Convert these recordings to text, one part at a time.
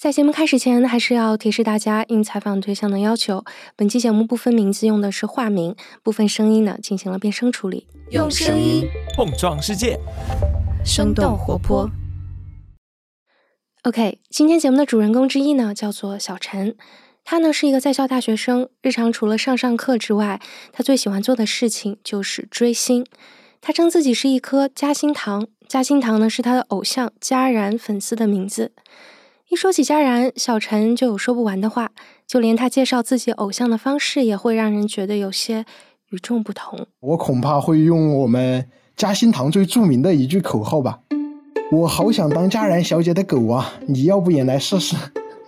在节目开始前，还是要提示大家，应采访对象的要求，本期节目部分名字用的是化名，部分声音呢进行了变声处理。 用声音碰撞世界， 生动活泼。OK， 今天节目的主人公之一呢，叫做小陈。他呢是一个在校大学生，日常除了上课之外，他最喜欢做的事情就是追星。他称自己是一颗嘉兴糖，嘉兴糖呢是他的偶像嘉然粉丝的名字。一说起嘉然，小陈就有说不完的话，就连他介绍自己偶像的方式也会让人觉得有些与众不同。 我恐怕会用我们嘉兴堂最著名的一句口号吧，我好想当嘉然小姐的狗啊，你要不也来试试？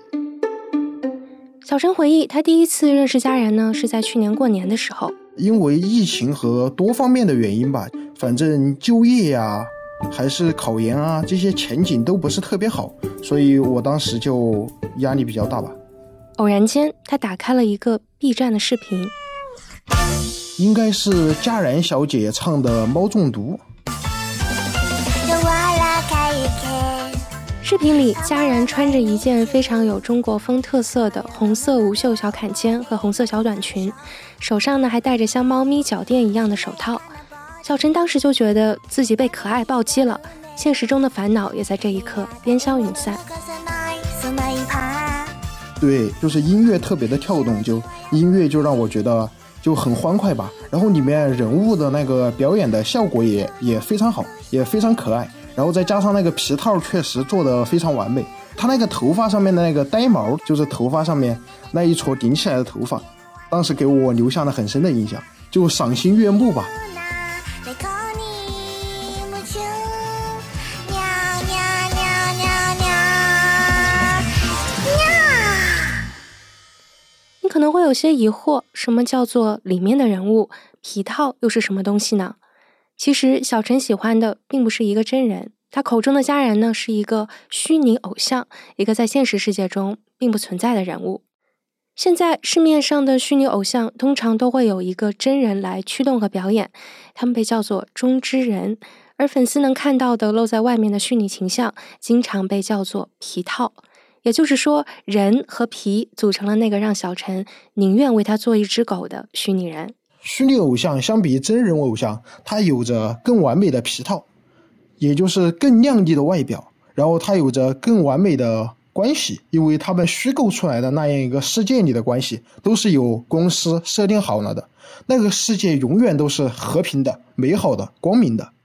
小陈回忆，他第一次认识嘉然呢，是在去年过年的时候。 因为疫情和多方面的原因吧，反正就业呀还是考研啊，这些前景都不是特别好，所以我当时就压力比较大吧。 偶然间，他打开了一个 B 站的视频， 应该是嘉然小姐唱的《猫中毒》。 视频里，嘉然穿着一件非常有中国风特色的红色无袖小坎肩和红色小短裙，手上呢还戴着像猫咪脚垫一样的手套。小陈当时就觉得自己被可爱暴击了，现实中的烦恼也在这一刻烟消云散。 对，就是音乐特别的跳动，就音乐就让我觉得就很欢快吧，然后里面人物的那个表演的效果也非常好，也非常可爱，然后再加上那个皮套确实做得非常完美，他那个头发上面的那个呆毛，就是头发上面那一撮顶起来的头发，当时给我留下了很深的印象，就赏心悦目吧。 你可能会有些疑惑，什么叫做里面的人物，皮套又是什么东西呢？其实小陈喜欢的并不是一个真人，他口中的嘉然呢是一个虚拟偶像，一个在现实世界中并不存在的人物。现在市面上的虚拟偶像通常都会有一个真人来驱动和表演，他们被叫做中之人，而粉丝能看到的露在外面的虚拟形象经常被叫做皮套。也就是说，人和皮组成了那个让小陈宁愿为他做一只狗的虚拟人。 虚拟偶像相比真人偶像，它有着更完美的皮套，也就是更靓丽的外表，然后它有着更完美的关系，因为他们虚构出来的那样一个世界里的关系都是由公司设定好了的，那个世界永远都是和平的、美好的、光明的。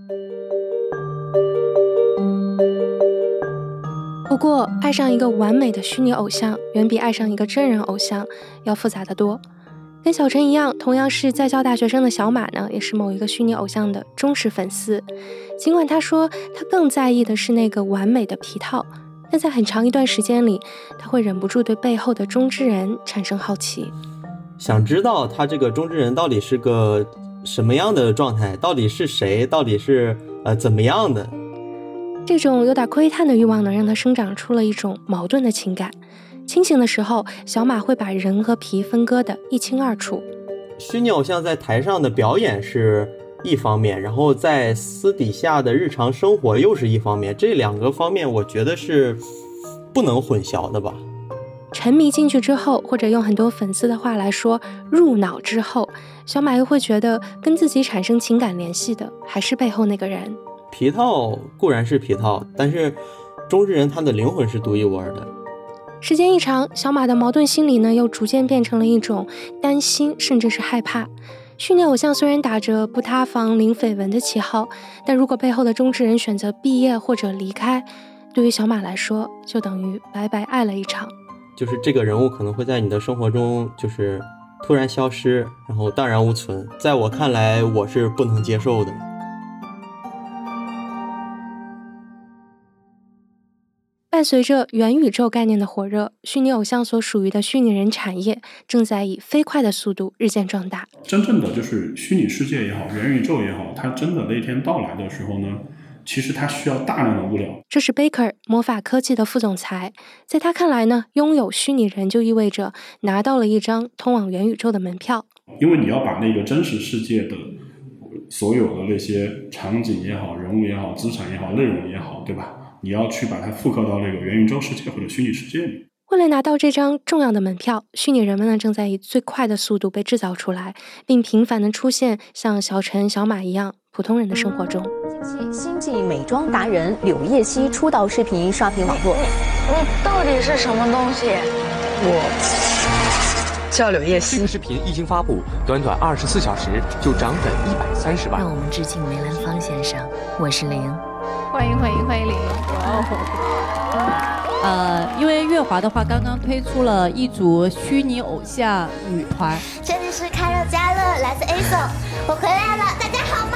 不过，爱上一个完美的虚拟偶像，远比爱上一个真人偶像要复杂得多。跟小陈一样，同样是在校大学生的小马呢，也是某一个虚拟偶像的忠实粉丝。尽管他说他更在意的是那个完美的皮套，但在很长一段时间里，他会忍不住对背后的中之人产生好奇， 想知道他这个中之人到底是个什么样的状态，到底是谁，到底是怎么样的。 这种有点窥探的欲望呢，让他生长出了一种矛盾的情感。清醒的时候，小马会把人和皮分割得一清二楚。 虚拟偶像在台上的表演是一方面，然后在私底下的日常生活又是一方面，这两个方面我觉得是不能混淆的吧。 沉迷进去之后，或者用很多粉丝的话来说，入脑之后，小马又会觉得跟自己产生情感联系的还是背后那个人。 皮套固然是皮套，但是中之人他的灵魂是独一无二的。 时间一长，小马的矛盾心理呢，又逐渐变成了一种担心，甚至是害怕。虚拟偶像虽然打着不塌房、零绯闻的旗号，但如果背后的中之人选择毕业或者离开，对于小马来说，就等于白白爱了一场。 就是这个人物可能会在你的生活中就是突然消失，然后荡然无存。在我看来，我是不能接受的。 伴随着元宇宙概念的火热，虚拟偶像所属于的虚拟人产业正在以飞快的速度日渐壮大。 真正的就是虚拟世界也好，元宇宙也好，它真的那天到来的时候呢，其实它需要大量的物料。 这是 Baker 魔法科技的副总裁，在他看来呢，拥有虚拟人就意味着拿到了一张通往元宇宙的门票。 因为你要把那个真实世界的所有的那些场景也好、人物也好、资产也好、内容也好，对吧？ 你要去把它复刻到那个元宇宙世界或者虚拟世界里。 为了拿到这张重要的门票，虚拟人们呢正在以最快的速度被制造出来，并频繁地出现像小陈、小马一样普通人的生活中。 近期，星际美妆达人柳叶熙出道视频刷屏网络。 你到底是什么东西？ 我叫柳叶熙。 这个视频一经发布，短短24小时就涨粉130万。 让我们致敬梅兰芳先生，我是玲。 欢迎玲。 因为乐华的话刚刚推出了一组虚拟偶像女团。 这里是开乐家乐，来自 ASO， 我回来了，大家好吗？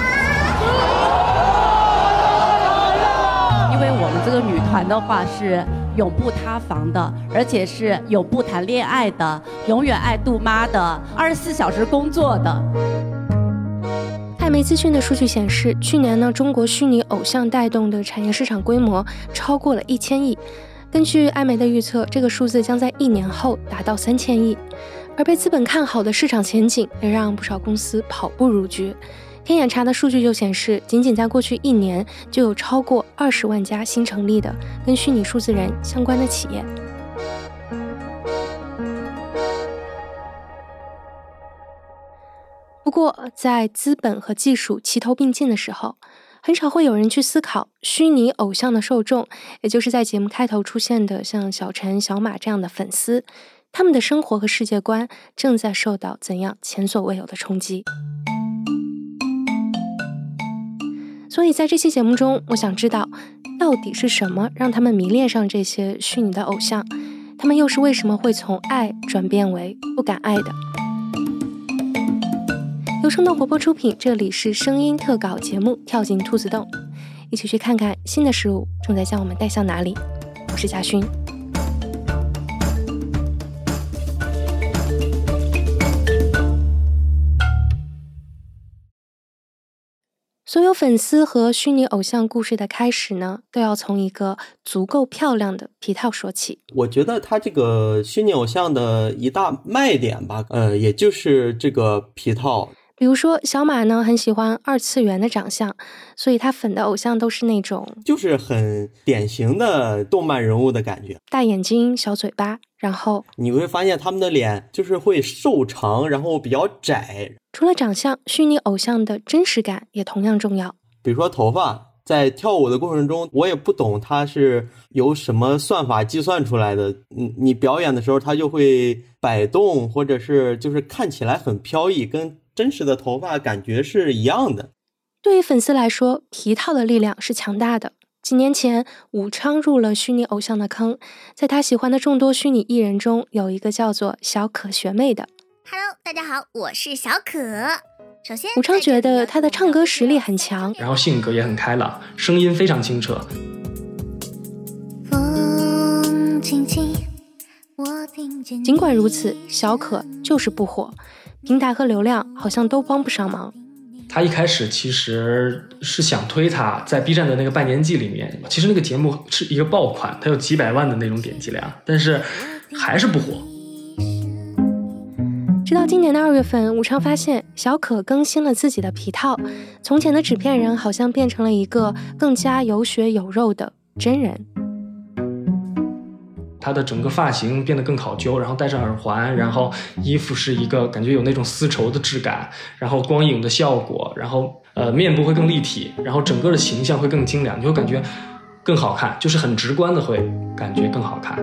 因为我们这个女团的话是永不塌房的，而且是永不谈恋爱的，永远爱杜妈的，24小时工作的。 艾媒资讯的数据显示，去年呢，中国虚拟偶像带动的产业市场规模超过了1000亿。根据艾媒的预测，这个数字将在1年后达到3000亿。而被资本看好的市场前景，也让不少公司跑步入局。天眼查的数据就显示，仅仅在过去1年，就有超过20万家新成立的跟虚拟数字人相关的企业。不过，在资本和技术齐头并进的时候，很少会有人去思考虚拟偶像的受众，也就是在节目开头出现的像小陈、小马这样的粉丝，他们的生活和世界观正在受到怎样前所未有的冲击。所以在这期节目中，我想知道到底是什么让他们迷恋上这些虚拟的偶像，他们又是为什么会从爱转变为不敢爱的。由生动活泼出品，这里是声音特稿节目《跳进兔子洞》，一起去看看新的事物正在将我们带向哪里。我是嘉勋。所有粉丝和虚拟偶像故事的开始呢，都要从一个足够漂亮的皮套说起。 我觉得他这个虚拟偶像的一大卖点吧，也就是这个皮套。 比如说小马呢很喜欢2次元的长相，所以他粉的偶像都是那种就是很典型的动漫人物的感觉， 大眼睛小嘴巴，然后你会发现他们的脸就是会瘦长，然后比较窄。 除了长相，虚拟偶像的真实感也同样重要。 比如说头发，在跳舞的过程中，我也不懂它是由什么算法计算出来的，你表演的时候它就会摆动，或者是就是看起来很飘逸，跟真实的头发感觉是一样的。 对于粉丝来说，皮套的力量是强大的。几年前，武昌入了虚拟偶像的坑，在他喜欢的众多虚拟艺人中，有一个叫做小可学妹的。 Hello， 大家好，我是小可。首先， 武昌觉得他的唱歌实力很强， 然后性格也很开朗，声音非常清澈。 风轻轻，我听见。 尽管如此，小可就是不火，平台和流量好像都帮不上忙。 他一开始其实是想推他在 B 站的那个半年季里面，其实那个节目是一个爆款，它有几百万的那种点击量，但是还是不火。 直到今年的2月份，武昌发现小可更新了自己的皮套，从前的纸片人好像变成了一个更加有血有肉的真人。 他的整个发型变得更考究，然后戴上耳环，然后衣服是一个感觉有那种丝绸的质感，然后光影的效果，然后面部会更立体，然后整个的形象会更精良，你会感觉更好看，就是很直观的会感觉更好看。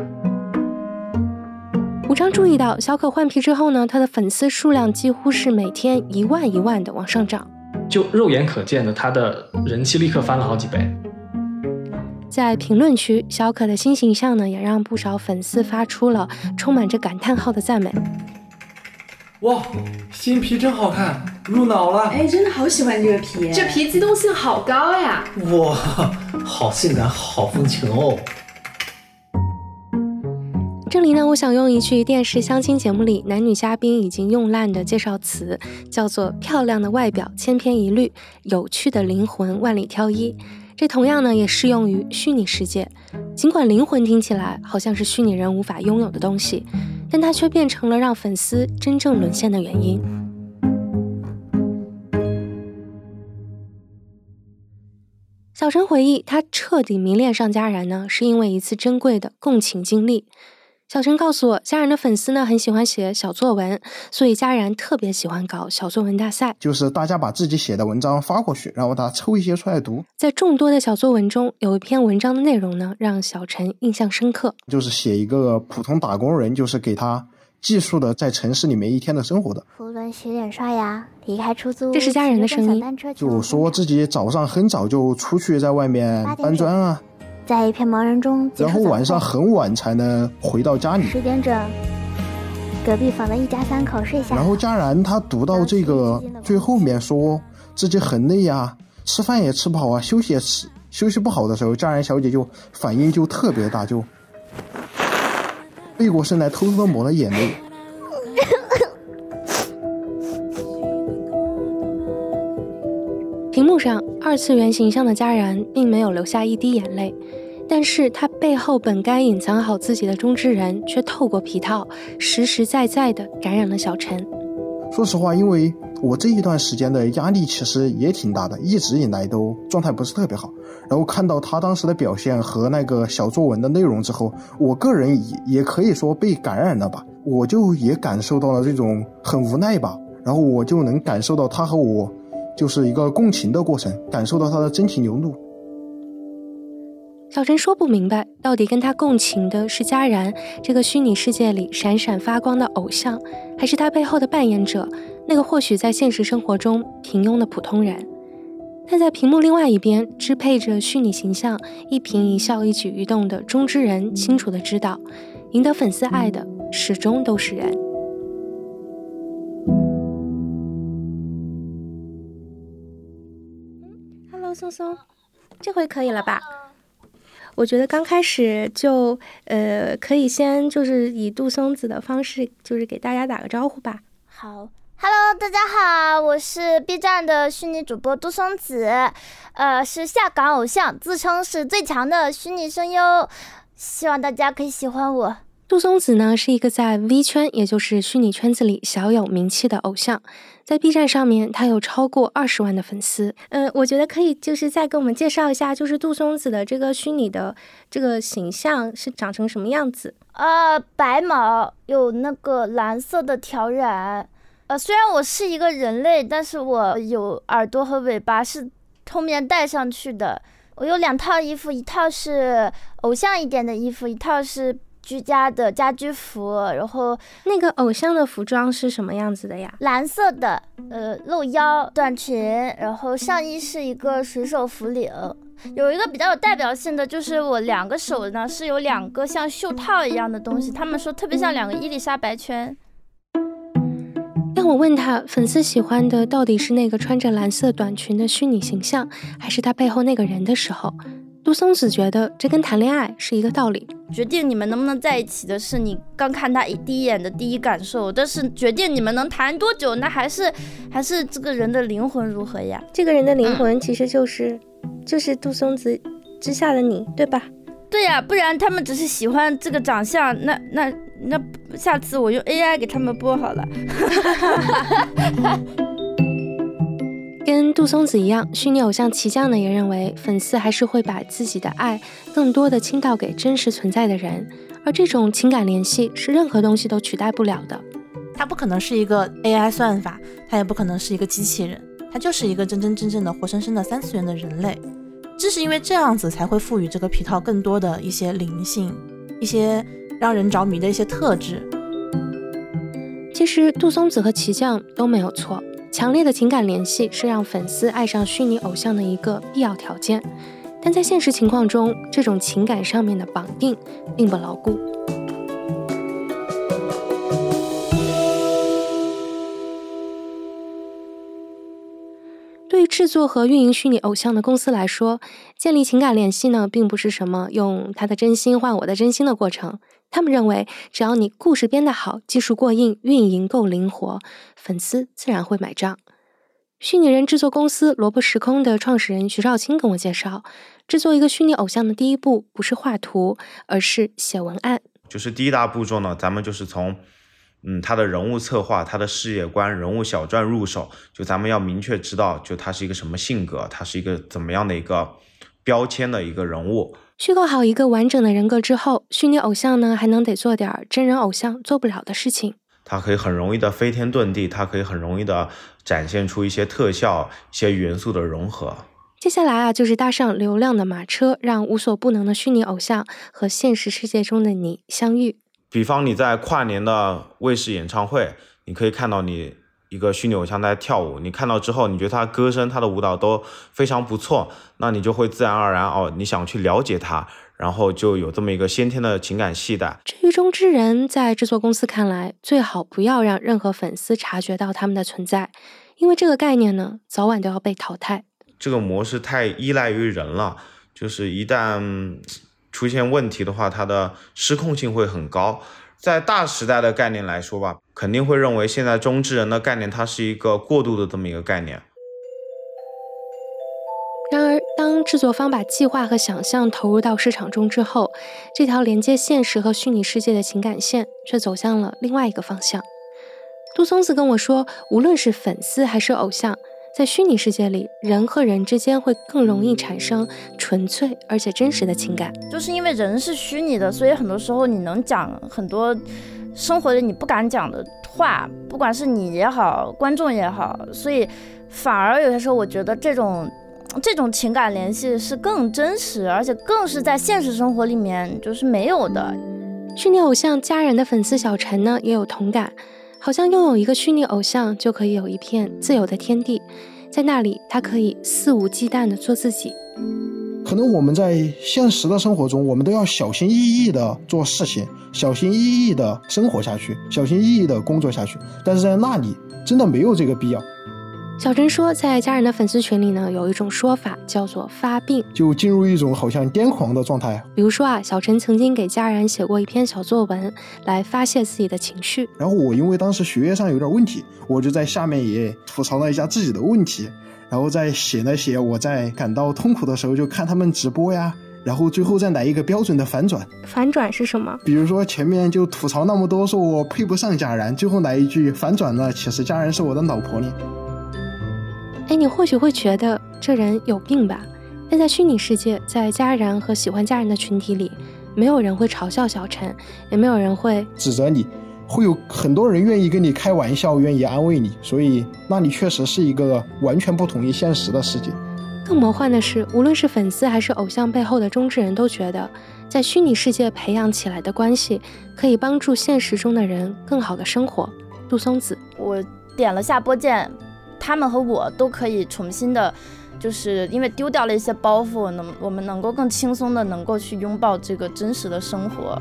武昌注意到小可换皮之后呢，他的粉丝数量几乎是每天1万1万的往上涨， 就肉眼可见的，他的人气立刻翻了好几倍。 在评论区，小可的新形象呢，也让不少粉丝发出了充满着感叹号的赞美。 哇，新皮真好看，入脑了！ 哎，真的好喜欢这个皮， 这皮机动性好高呀！ 哇，好性感，好风情哦！ 这里呢，我想用一句电视相亲节目里男女嘉宾已经用烂的介绍词，叫做漂亮的外表千篇一律，有趣的灵魂万里挑一。这同样呢，也适用于虚拟世界。尽管灵魂听起来好像是虚拟人无法拥有的东西，但它却变成了让粉丝真正沦陷的原因。 小陈回忆，他彻底迷恋上佳然呢，是因为一次珍贵的共情经历。小陈告诉我，佳然的粉丝呢很喜欢写小作文，所以佳然特别喜欢搞小作文大赛， 就是大家把自己写的文章发过去，然后他抽一些出来读。 在众多的小作文中，有一篇文章的内容呢让小陈印象深刻， 就是写一个普通打工人，就是给他记述的在城市里面一天的生活的。 胡伦洗脸刷牙，离开出租屋， 这是佳然的声音， 就说自己早上很早就出去在外面搬砖啊， 在一片茫然中， 然后晚上很晚才能回到家里。 10点整，隔壁房的一家3口睡下。 然后佳然他读到这个最后面说自己很累呀，吃饭也吃不好啊，休息不好的时候，佳然小姐就反应就特别大，就背过身来偷偷的抹了眼泪。 屏幕上2次元形象的佳然并没有流下一滴眼泪，但是他背后本该隐藏好自己的中之人，却透过皮套实实在在地感染了小陈。 说实话，因为我这一段时间的压力其实也挺大的，一直以来都状态不是特别好。然后看到他当时的表现和那个小作文的内容之后，我个人也可以说被感染了吧，我就也感受到了这种很无奈吧。然后我就能感受到他和我就是一个共情的过程，感受到他的真情流露。 小陈说不明白，到底跟他共情的是佳然这个虚拟世界里闪闪发光的偶像，还是他背后的扮演者，那个或许在现实生活中平庸的普通人。但在屏幕另外一边，支配着虚拟形象一颦一笑一举一动的中之人清楚地知道，赢得粉丝爱的始终都是人。Hello， 松松，这回可以了吧？我觉得刚开始就可以先就是以杜松子的方式，就是给大家打个招呼吧。 好 ，Hello， 大家好，我是 B 站的虚拟主播杜松子，是下岗偶像，自称是最强的虚拟声优，希望大家可以喜欢我。 杜松子呢是一个在 V 圈，也就是虚拟圈子里小有名气的偶像，在 B 站上面他有超过20万的粉丝。我觉得可以就是再给我们介绍一下，就是杜松子的这个虚拟的这个形象是长成什么样子？ 白毛，有那个蓝色的挑染。虽然我是一个人类，但是我有耳朵和尾巴是后面戴上去的。我有2套衣服，一套是偶像一点的衣服，一套是居家的家居服。然后那个偶像的服装是什么样子的呀？ 蓝色的，露腰短裙，然后上衣是一个水手服领。有一个比较有代表性的，就是我2个手呢是有2个像袖套一样的东西，他们说特别像2个伊丽莎白圈。 当我问他粉丝喜欢的到底是那个穿着蓝色短裙的虚拟形象，还是他背后那个人的时候，杜松子觉得这跟谈恋爱是一个道理。 决定你们能不能在一起的是你刚看他第一眼的第一感受，但是决定你们能谈多久，那还是这个人的灵魂如何呀？ 这个人的灵魂其实就是杜松子之下的你，对吧？ 对呀，不然他们只是喜欢这个长相，那下次我用 AI 给他们播好了。 跟杜松子一样，虚拟偶像骑将呢也认为粉丝还是会把自己的爱更多的倾倒给真实存在的人，而这种情感联系是任何东西都取代不了的。 它不可能是一个 AI 算法，它也不可能是一个机器人，它就是一个真真正正的活生生的3次元的人类。正是因为这样子，才会赋予这个皮套更多的一些灵性，一些让人着迷的一些特质。 其实杜松子和骑将都没有错，强烈的情感联系是让粉丝爱上虚拟偶像的一个必要条件，但在现实情况中，这种情感上面的绑定并不牢固。对于制作和运营虚拟偶像的公司来说，建立情感联系呢，并不是什么用他的真心换我的真心的过程。他们认为，只要你故事编得好，技术过硬，运营够灵活，粉丝自然会买账。虚拟人制作公司萝卜时空的创始人徐少卿跟我介绍，制作一个虚拟偶像的第一步不是画图，而是写文案。 就是第一大步骤呢，咱们就是从他的人物策划、他的事业观、人物小传入手，就咱们要明确知道，就他是一个什么性格，他是一个怎么样的一个标签的一个人物。 虚构好一个完整的人格之后，虚拟偶像呢还能得做点真人偶像做不了的事情。 它可以很容易的飞天遁地，它可以很容易的展现出一些特效、一些元素的融合。 接下来啊，就是搭上流量的马车，让无所不能的虚拟偶像和现实世界中的你相遇。 比方你在跨年的卫视演唱会，你可以看到你一个虚拟偶像在跳舞，你看到之后，你觉得他歌声、他的舞蹈都非常不错，那你就会自然而然你想去了解他，然后就有这么一个先天的情感系带。 至于中之人，在制作公司看来，最好不要让任何粉丝察觉到他们的存在，因为这个概念呢，早晚都要被淘汰。 这个模式太依赖于人了，就是一旦出现问题的话，它的失控性会很高。在大时代的概念来说吧，肯定会认为现在中之人的概念它是一个过渡的这么一个概念。 然而当制作方把计划和想象投入到市场中之后，这条连接现实和虚拟世界的情感线却走向了另外一个方向。杜松子跟我说，无论是粉丝还是偶像，在虚拟世界里，人和人之间会更容易产生纯粹而且真实的情感。 就是因为人是虚拟的，所以很多时候你能讲很多生活里你不敢讲的话，不管是你也好，观众也好，所以反而有些时候我觉得这种情感联系是更真实，而且更是在现实生活里面就是没有的。 虚拟偶像家人的粉丝小陈呢也有同感，好像拥有一个虚拟偶像就可以有一片自由的天地，在那里他可以肆无忌惮地做自己。 可能我们在现实的生活中，我们都要小心翼翼地做事情，小心翼翼地生活下去，小心翼翼地工作下去，但是在那里真的没有这个必要。 小陈说，在家人的粉丝群里呢，有一种说法叫做发病， 就进入一种好像癫狂的状态。 比如说啊，小陈曾经给家人写过一篇小作文来发泄自己的情绪， 然后我因为当时学业上有点问题，我就在下面也吐槽了一下自己的问题，然后再写了写我在感到痛苦的时候就看他们直播呀，然后最后再来一个标准的反转。 反转是什么？ 比如说前面就吐槽那么多，说我配不上家人，最后来一句反转了，其实家人是我的老婆呢。 你或许会觉得这人有病吧，但在虚拟世界，在家人和喜欢家人的群体里，没有人会嘲笑小陈，也没有人会指责你，会有很多人愿意跟你开玩笑，愿意安慰你，所以那里确实是一个完全不同于现实的世界。 更魔幻的是，无论是粉丝还是偶像背后的中之人都觉得，在虚拟世界培养起来的关系可以帮助现实中的人更好的生活。杜松子， 我点了下播键，他们和我都可以重新的，就是因为丢掉了一些包袱，我们能够更轻松的能够去拥抱这个真实的生活。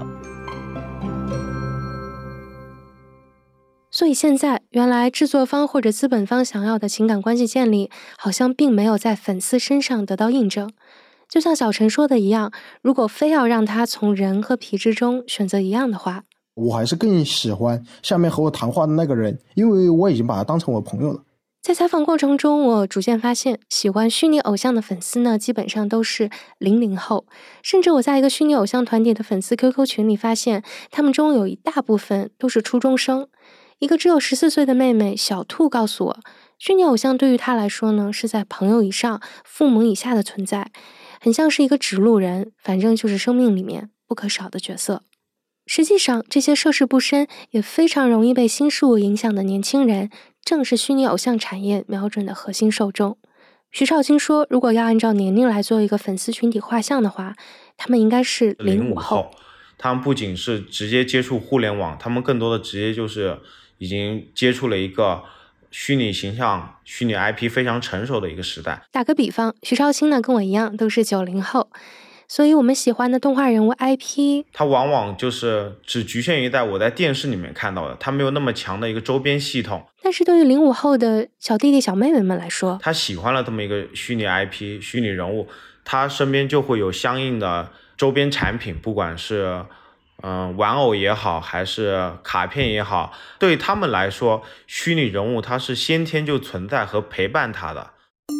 所以现在，原来制作方或者资本方想要的情感关系建立，好像并没有在粉丝身上得到印证。就像小陈说的一样，如果非要让他从人和皮之中选择一样的话， 我还是更喜欢下面和我谈话的那个人，因为我已经把他当成我朋友了。 在采访过程中，我逐渐发现，喜欢虚拟偶像的粉丝呢，基本上都是00后，甚至我在一个虚拟偶像团体的粉丝 QQ 群里发现，他们中有一大部分都是初中生。一个只有14岁的妹妹小兔告诉我，虚拟偶像对于她来说呢，是在朋友以上、父母以下的存在，很像是一个指路人，反正就是生命里面不可少的角色。实际上，这些涉世不深也非常容易被新事物影响的年轻人，正是虚拟偶像产业瞄准的核心受众。徐少卿说，如果要按照年龄来做一个粉丝群体画像的话，他们应该是05后。 他们不仅是直接接触互联网，他们更多的直接就是已经接触了一个虚拟形象、虚拟 IP 非常成熟的一个时代。 打个比方，徐少卿呢跟我一样都是90后，所以我们喜欢的动画人物 IP， 它往往就是只局限于在我在电视里面看到的，它没有那么强的一个周边系统。 但是对于05后的小弟弟小妹妹们来说， 他喜欢了这么一个虚拟 IP、虚拟人物，他身边就会有相应的周边产品，不管是玩偶也好，还是卡片也好，对他们来说，虚拟人物它是先天就存在和陪伴他的。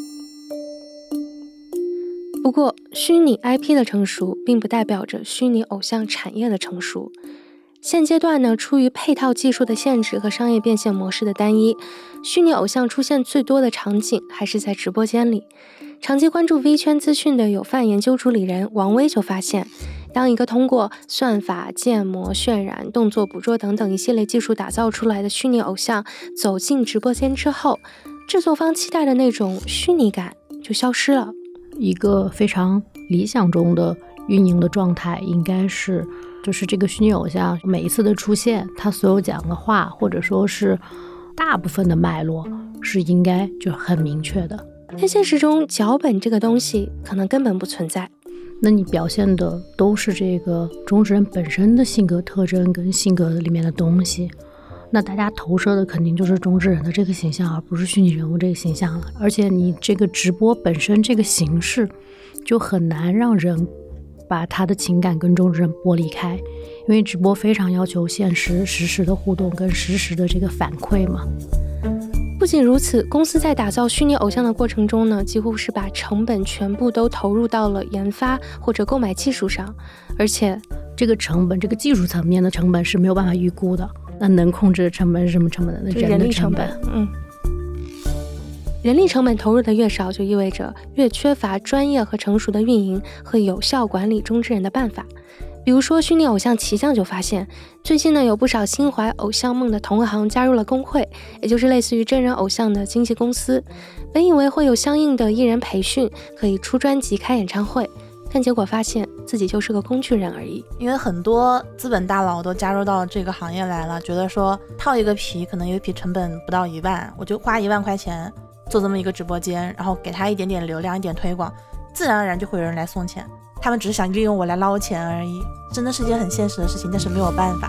不过，虚拟 IP 的成熟，并不代表着虚拟偶像产业的成熟。现阶段呢，出于配套技术的限制和商业变现模式的单一，虚拟偶像出现最多的场景还是在直播间里。 长期关注 V 圈资讯的有范研究主理人王威就发现，当一个通过算法、建模、渲染、动作捕捉等等一系列技术打造出来的虚拟偶像走进直播间之后，制作方期待的那种虚拟感就消失了。 一个非常理想中的运营的状态应该是，就是这个虚拟偶像每一次的出现，他所有讲的话或者说是大部分的脉络是应该就很明确的。 但现实中脚本这个东西可能根本不存在， 那你表现的都是这个中之人本身的性格特征跟性格里面的东西，那大家投射的肯定就是中之人的这个形象，而不是虚拟人物这个形象了。而且你这个直播本身这个形式就很难让人把他的情感跟中之人剥离开，因为直播非常要求现实实时的互动跟实时的这个反馈嘛。 不仅如此，公司在打造虚拟偶像的过程中呢，几乎是把成本全部都投入到了研发或者购买技术上，而且这个成本，这个技术层面的成本是没有办法预估的。那能控制的成本是什么成本呢？人的成本。 人力成本投入的越少，就意味着越缺乏专业和成熟的运营和有效管理中之人的办法。比如说虚拟偶像骑象就发现，最近呢有不少心怀偶像梦的同行加入了工会，也就是类似于真人偶像的经纪公司。本以为会有相应的艺人培训，可以出专辑开演唱会，但结果发现自己就是个工具人而已。 因为很多资本大佬都加入到这个行业来了，觉得说套一个皮，可能一个皮成本不到1万，我就花1万块钱做这么一个直播间，然后给他一点点流量，一点推广，自然而然就会有人来送钱。他们只是想利用我来捞钱而已，真的是一件很现实的事情，但是没有办法。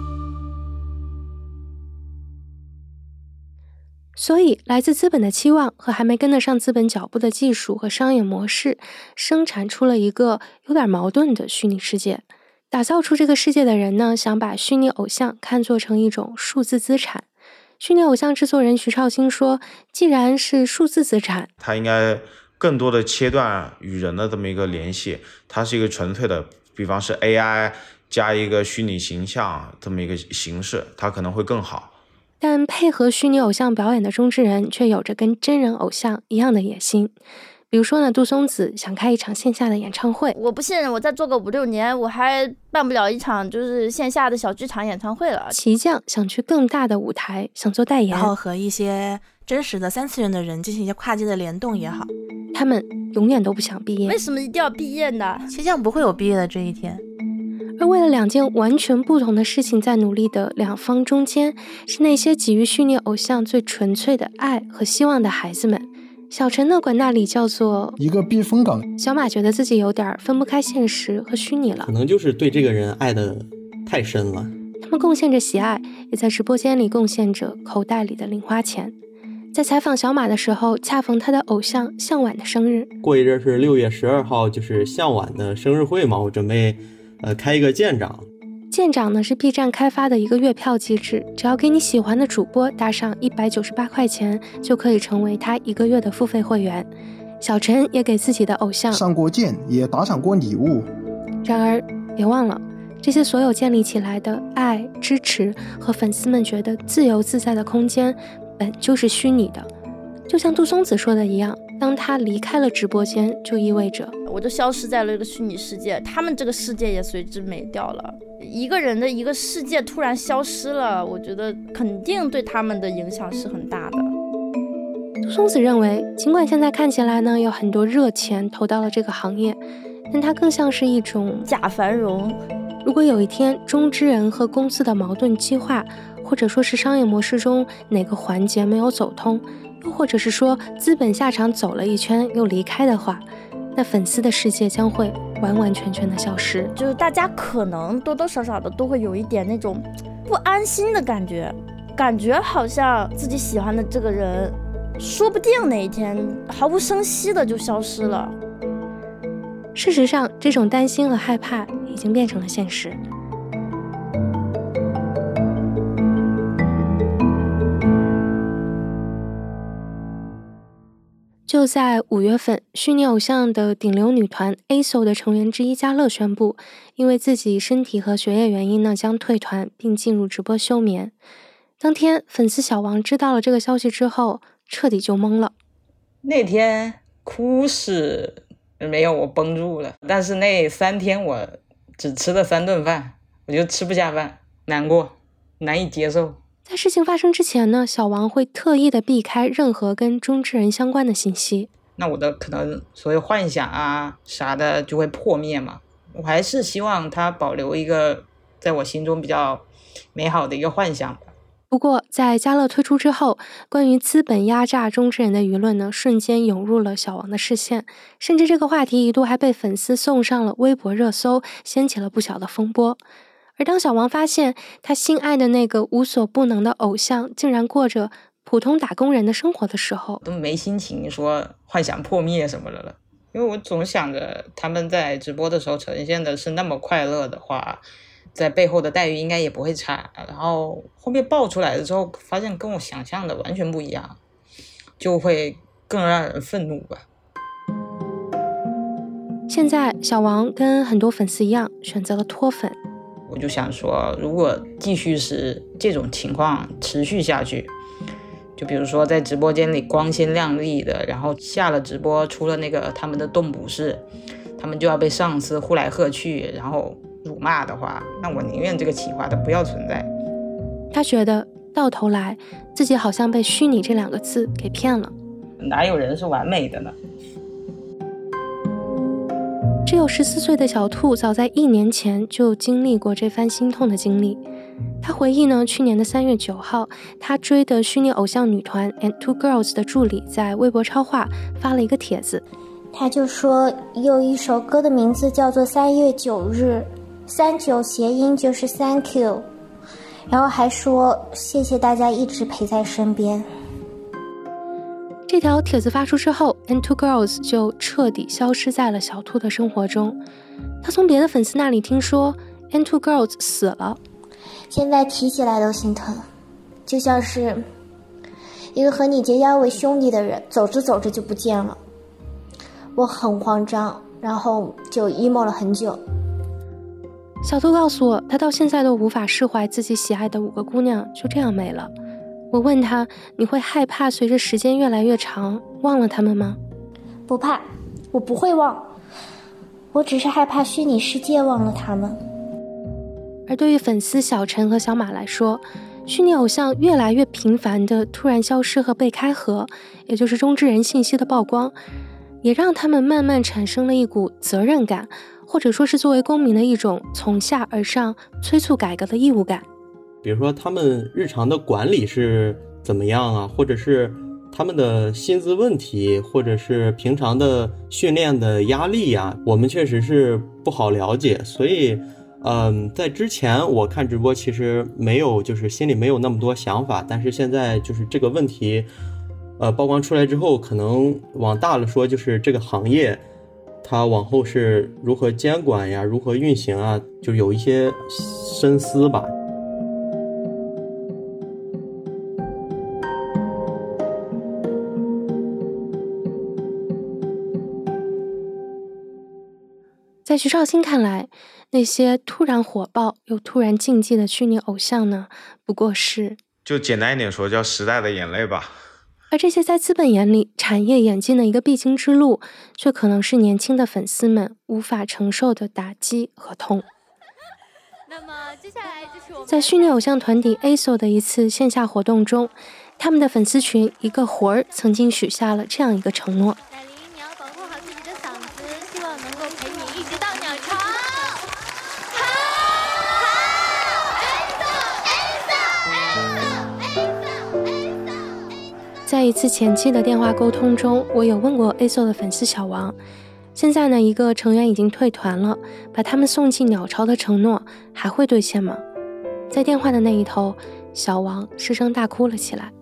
所以来自资本的期望和还没跟得上资本脚步的技术和商业模式，生产出了一个有点矛盾的虚拟世界。打造出这个世界的人呢，想把虚拟偶像看作成一种数字资产。虚拟偶像制作人徐超星说，既然是数字资产， 它应该更多的切断与人的这么一个联系，它是一个纯粹的，比方是 AI 加一个虚拟形象这么一个形式，它可能会更好。 但配合虚拟偶像表演的中之人却有着跟真人偶像一样的野心。比如说呢，杜松子想开一场线下的演唱会， 我不信我再做个5-6年，我还办不了一场就是线下的小剧场演唱会了。 骑将想去更大的舞台，想做代言， 然后和一些真实的3次元的人进行一些跨界的联动也好。 他们永远都不想毕业。 为什么一定要毕业呢？ 骑将不会有毕业的这一天。 而为了2件完全不同的事情在努力的两方中间，是那些给予虚拟偶像最纯粹的爱和希望的孩子们。小陈呢管那里叫做一个避风港。 小马觉得自己有点分不开现实和虚拟了， 可能就是对这个人爱的太深了。 他们贡献着喜爱，也在直播间里贡献着口袋里的零花钱。在采访小马的时候，恰逢他的偶像向晚的生日。 过一阵是6月12号，就是向晚的生日会嘛，我准备开一个舰长。 舰长呢是 B 站开发的一个月票机制，只要给你喜欢的主播打上198块钱，就可以成为他1个月的付费会员。小陈也给自己的偶像上过舰，也打赏过礼物。 然而别忘了，这些所有建立起来的爱、支持和粉丝们觉得自由自在的空间本就是虚拟的。就像杜松子说的一样，当他离开了直播间，就意味着我就消失在了一个虚拟世界，他们这个世界也随之没掉了。一个人的一个世界突然消失了，我觉得肯定对他们的影响是很大的。 杜松子认为，尽管现在看起来呢有很多热钱投到了这个行业，但它更像是一种假繁荣。 如果有一天中之人和公司的矛盾激化，或者说是商业模式中哪个环节没有走通，又或者是说资本下场走了一圈又离开的话，那粉丝的世界将会完完全全的消失。 就是大家可能多多少少的都会有一点那种不安心的感觉，感觉好像自己喜欢的这个人说不定哪一天毫无声息的就消失了。 事实上，这种担心和害怕已经变成了现实。就在5月份，虚拟偶像的顶流女团 ASO 的成员之一嘉乐宣布，因为自己身体和学业原因呢，将退团并进入直播休眠。当天，粉丝小王知道了这个消息之后，彻底就懵了。 那天哭是没有，我绷住了，但是那3天我只吃了3顿饭，我就吃不下饭，难过，难以接受。 在事情发生之前呢，小王会特意的避开任何跟中之人相关的信息。 那我的可能所有幻想啊啥的就会破灭嘛。我还是希望他保留一个在我心中比较美好的一个幻想吧。 不过在家乐推出之后，关于资本压榨中之人的舆论呢，瞬间涌入了小王的视线，甚至这个话题一度还被粉丝送上了微博热搜，掀起了不小的风波。而当小王发现他心爱的那个无所不能的偶像竟然过着普通打工人的生活的时候， 都没心情说幻想破灭什么的了。因为我总想着他们在直播的时候呈现的是那么快乐的话，在背后的待遇应该也不会差。然后后面爆出来的时候，发现跟我想象的完全不一样，就会更让人愤怒吧。 现在小王跟很多粉丝一样选择了脱粉。 我就想说，如果继续是这种情况持续下去，就比如说在直播间里光鲜亮丽的，然后下了直播出了那个他们的动捕室，他们就要被上司呼来喝去，然后辱骂的话，那我宁愿这个企划它不要存在。 他觉得到头来自己好像被虚拟这2个字给骗了。 哪有人是完美的呢？ 只有14岁的小兔早在1年前就经历过这番心痛的经历。他回忆呢，去年的3月9号，他追的虚拟偶像女团 And2Girls 的助理在微博超话发了一个帖子， 他就说有一首歌的名字叫做3月9日，39谐音就是 Thank you， 然后还说谢谢大家一直陪在身边。 这条帖子发出之后 And2Girls 就彻底消失在了小兔的生活中。他从别的粉丝那里听说 And2Girls 死了， 现在提起来都心疼，就像是一个和你结交为兄弟的人走着走着就不见了。我很慌张，然后就 emo 了很久。 小兔告诉我，他到现在都无法释怀自己喜爱的5个姑娘就这样没了。我问他，你会害怕随着时间越来越长忘了他们吗？ 不怕，我不会忘，我只是害怕虚拟世界忘了他们。 而对于粉丝小陈和小马来说，虚拟偶像越来越频繁的突然消失和被开合，也就是中之人信息的曝光，也让他们慢慢产生了一股责任感，或者说是作为公民的一种从下而上催促改革的义务感。 比如说他们日常的管理是怎么样啊，或者是他们的薪资问题，或者是平常的训练的压力啊，我们确实是不好了解。所以在之前我看直播其实没有，就是心里没有那么多想法，但是现在就是这个问题曝光出来之后，可能往大了说，就是这个行业它往后是如何监管呀，如何运行啊，就有一些深思吧。 在徐绍兴看来，那些突然火爆又突然禁忌的虚拟偶像呢，不过是， 就简单一点说，叫时代的眼泪吧。 而这些在资本眼里产业演进的一个必经之路，却可能是年轻的粉丝们无法承受的打击和痛。 那么接下来就是我们在虚拟偶像团体 ASO 的一次线下活动中，他们的粉丝群一个活儿曾经许下了这样一个承诺： 奶玲，你要保护好自己的嗓子，希望能够陪你一直到鸟巢。 在一次前期的电话沟通中，我有问过 ASO 的粉丝小王，现在呢，一个成员已经退团了，把他们送进鸟巢的承诺还会兑现吗？在电话的那一头，小王失声大哭了起来。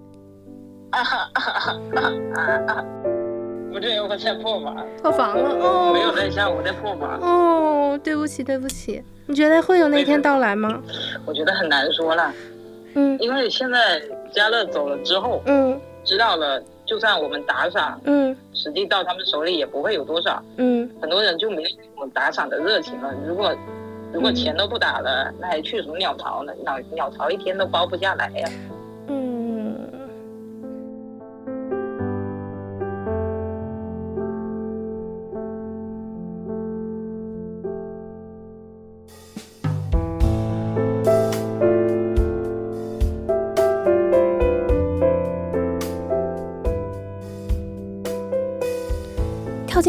不对，我在破防。 破防了哦！ 没有在下，我在破防。 哦，对不起，对不起。你觉得会有那天到来吗？ 我觉得很难说了。因为现在家乐走了之后，知道了，就算我们打赏，实际到他们手里也不会有多少，很多人就没有打赏的热情了。如果钱都不打了，那还去什么鸟巢呢？鸟巢一天都包不下来呀。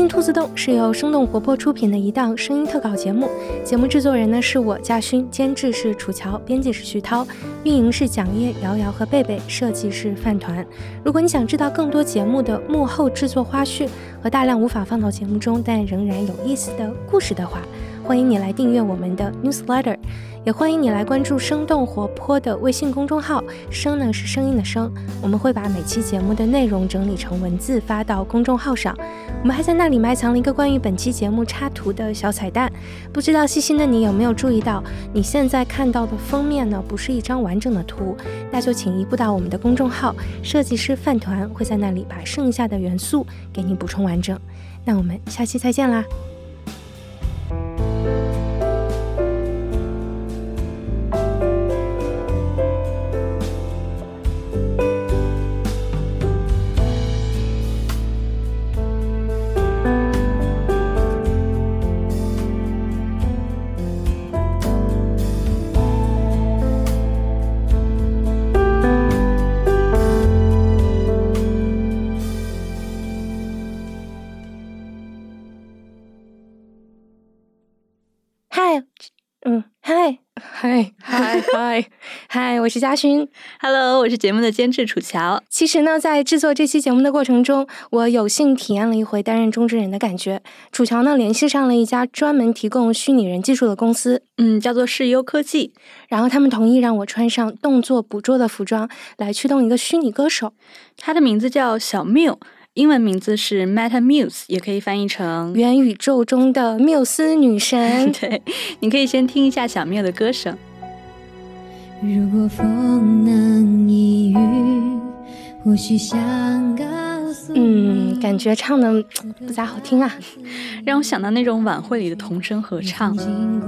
进兔子洞是由生动活泼出品的一档声音特稿节目，节目制作人呢是我嘉勋，监制是楚乔，编辑是徐涛，运营是蒋烨、瑶瑶和贝贝，设计是饭团。如果你想知道更多节目的幕后制作花絮和大量无法放到节目中但仍然有意思的故事的话，欢迎你来订阅我们的 newsletter， 也欢迎你来关注生动活泼的微信公众号，声呢是声音的声，我们会把每期节目的内容整理成文字发到公众号上。我们还在那里埋藏了一个关于本期节目插图的小彩蛋，不知道细心的你有没有注意到，你现在看到的封面呢不是一张完整的图，那就请移步到我们的公众号，设计师饭团会在那里把剩下的元素给你补充完整。那我们下期再见啦。嗨，我是嘉勋。 Hello， 我是节目的监制楚乔。 其实呢，在制作这期节目的过程中，我有幸体验了一回担任中之人的感觉。楚乔呢，联系上了一家专门提供虚拟人技术的公司， 叫做世优科技。 然后他们同意让我穿上动作捕捉的服装，来驱动一个虚拟歌手。 他的名字叫小缪。英文名字是 Meta Muse， 也可以翻译成元宇宙中的缪斯女神。 对，你可以先听一下小缪的歌声。 如果风能一语，或许想告诉感觉唱的不咋好听啊， 让我想到那种晚会里的童声合唱。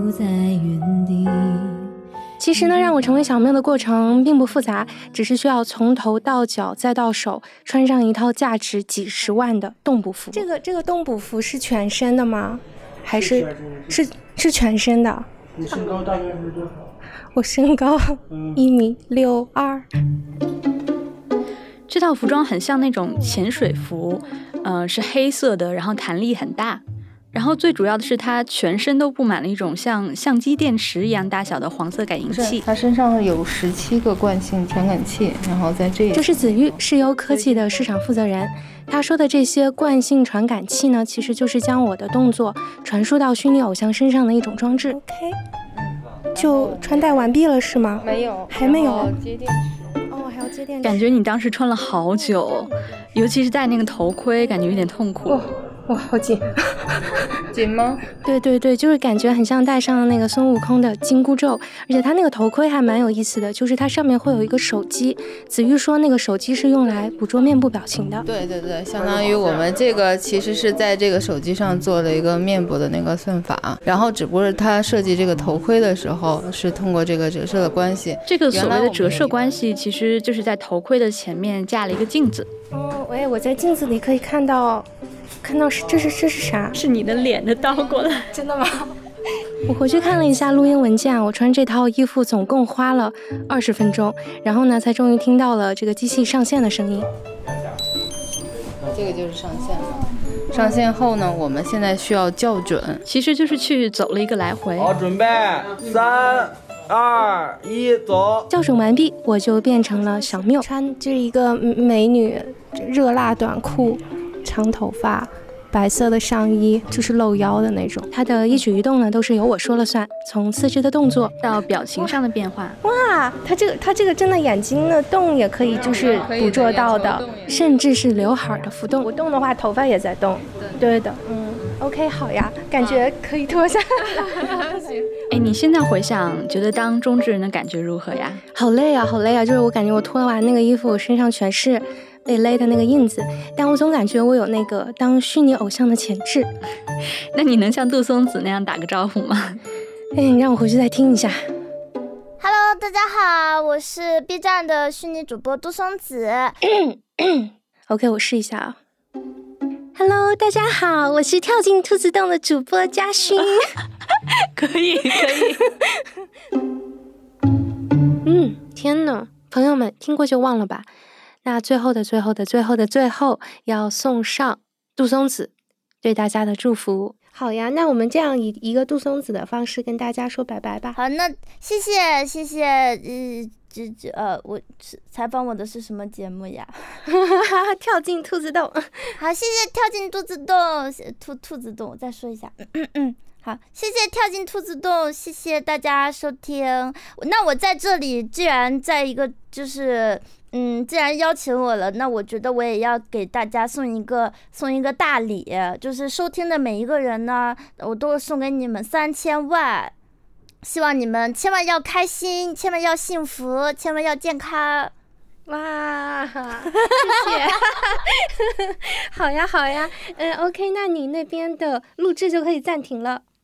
其实呢，让我成为小缪的过程并不复杂，只是需要从头到脚再到手穿上一套价值几十万的动捕服。这个动捕服是全身的吗？还是全身的？ 你身高大概是多少？ 我身高1.62米。 这套服装很像那种潜水服，是黑色的，然后弹力很大。然后最主要的是，它全身都布满了一种像相机电池一样大小的黄色感应器。 它身上有17个惯性传感器，然后在这里。 这是子玉，世优科技的市场负责人。他说的这些惯性传感器呢，其实就是将我的动作传输到虚拟偶像身上的一种装置。OK， 就穿戴完毕了是吗？ 没有， 还没有接电池。 哦，还要接电池。 感觉你当时穿了好久，尤其是戴那个头盔，感觉有点痛苦。 哇，好紧！ 紧吗？ 对，就是感觉很像戴上了那个孙悟空的紧箍咒，而且它那个头盔还蛮有意思的，就是它上面会有一个手机。子玉说那个手机是用来捕捉面部表情的。 对，相当于我们这个其实是在这个手机上做了一个面部的那个算法，然后只不过是它设计这个头盔的时候是通过这个折射的关系。 这个所谓的折射关系其实就是在头盔的前面架了一个镜子。 我在镜子里可以看到这是啥？ 是你的脸的倒过来。 真的吗？我回去看了一下录音文件，我穿这套衣服总共花了20分钟，然后呢才终于听到了这个机器上线的声音。 这个就是上线了。上线后呢，我们现在需要校准， 其实就是去走了一个来回。 好，准备3、2、1，走。 校准完毕，我就变成了小缪，穿着一个美女热辣短裤，长头发，白色的上衣，就是露腰的那种。她的一举一动呢，都是由我说了算，从四肢的动作到表情上的变化。 哇，她这个真的眼睛的动也可以，就是捕捉到的，甚至是刘海的浮动。我动的话，头发也在动。对的，OK， 好呀，感觉可以脱下来。 你现在回想，觉得当中之人的感觉如何呀？ 好累啊，就是我感觉我脱完那个衣服，我身上全是被勒的那个印子，但我总感觉我有那个当虚拟偶像的潜质。 那你能像杜松子那样打个招呼吗？ 你让我回去再听一下。 Hello， 大家好，我是 B 站的虚拟主播杜松子。 OK， 我试一下啊。Hello， 大家好，我是跳进兔子洞的主播嘉勋。 可以。 天哪，朋友们听过就忘了吧。那最后要送上杜松子对大家的祝福。好呀，那我们这样以一个杜松子的方式跟大家说拜拜吧。 好，那谢谢，我采访我的是什么节目呀？ 跳进兔子洞。 好，谢谢跳进兔子洞，兔子洞，我再说一下。好，谢谢跳进兔子洞，谢谢大家收听。那我在这里，既然在一个就是既然邀请我了，那我觉得我也要给大家送一个大礼，就是收听的每一个人呢，我都送给你们3000万。希望你们千万要开心，千万要幸福，千万要健康。 哇，谢谢。好呀，OK， 那你那边的录制就可以暂停了。